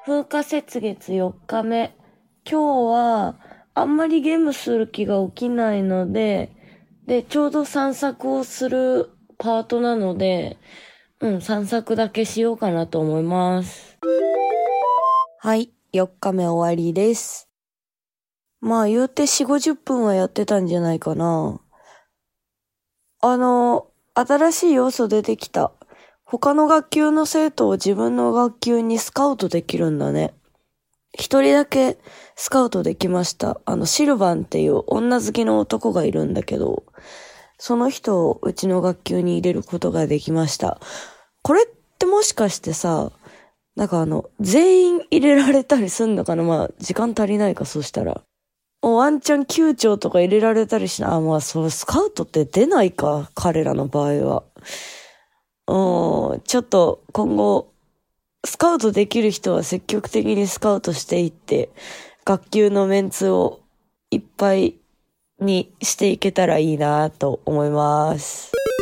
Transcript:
風化雪月4日目。今日はあんまりゲームする気が起きないので、ちょうど散策をするパートなので、散策だけしようかなと思います。はい、4日目終わりです。まあ言うて4、50分はやってたんじゃないかな。新しい要素出てきた。他の学級の生徒を自分の学級にスカウトできるんだね。一人だけスカウトできました。シルバンっていう女好きの男がいるんだけど、その人をうちの学級に入れることができました。これってもしかしてさ、全員入れられたりすんのかな。まあ、時間足りないか、そしたら。ワンチャン級長とか入れられたりしない。まあ、スカウトって出ないか、彼らの場合は。ちょっと今後、スカウトできる人は積極的にスカウトしていって、学級のメンツをいっぱいにしていけたらいいなと思います。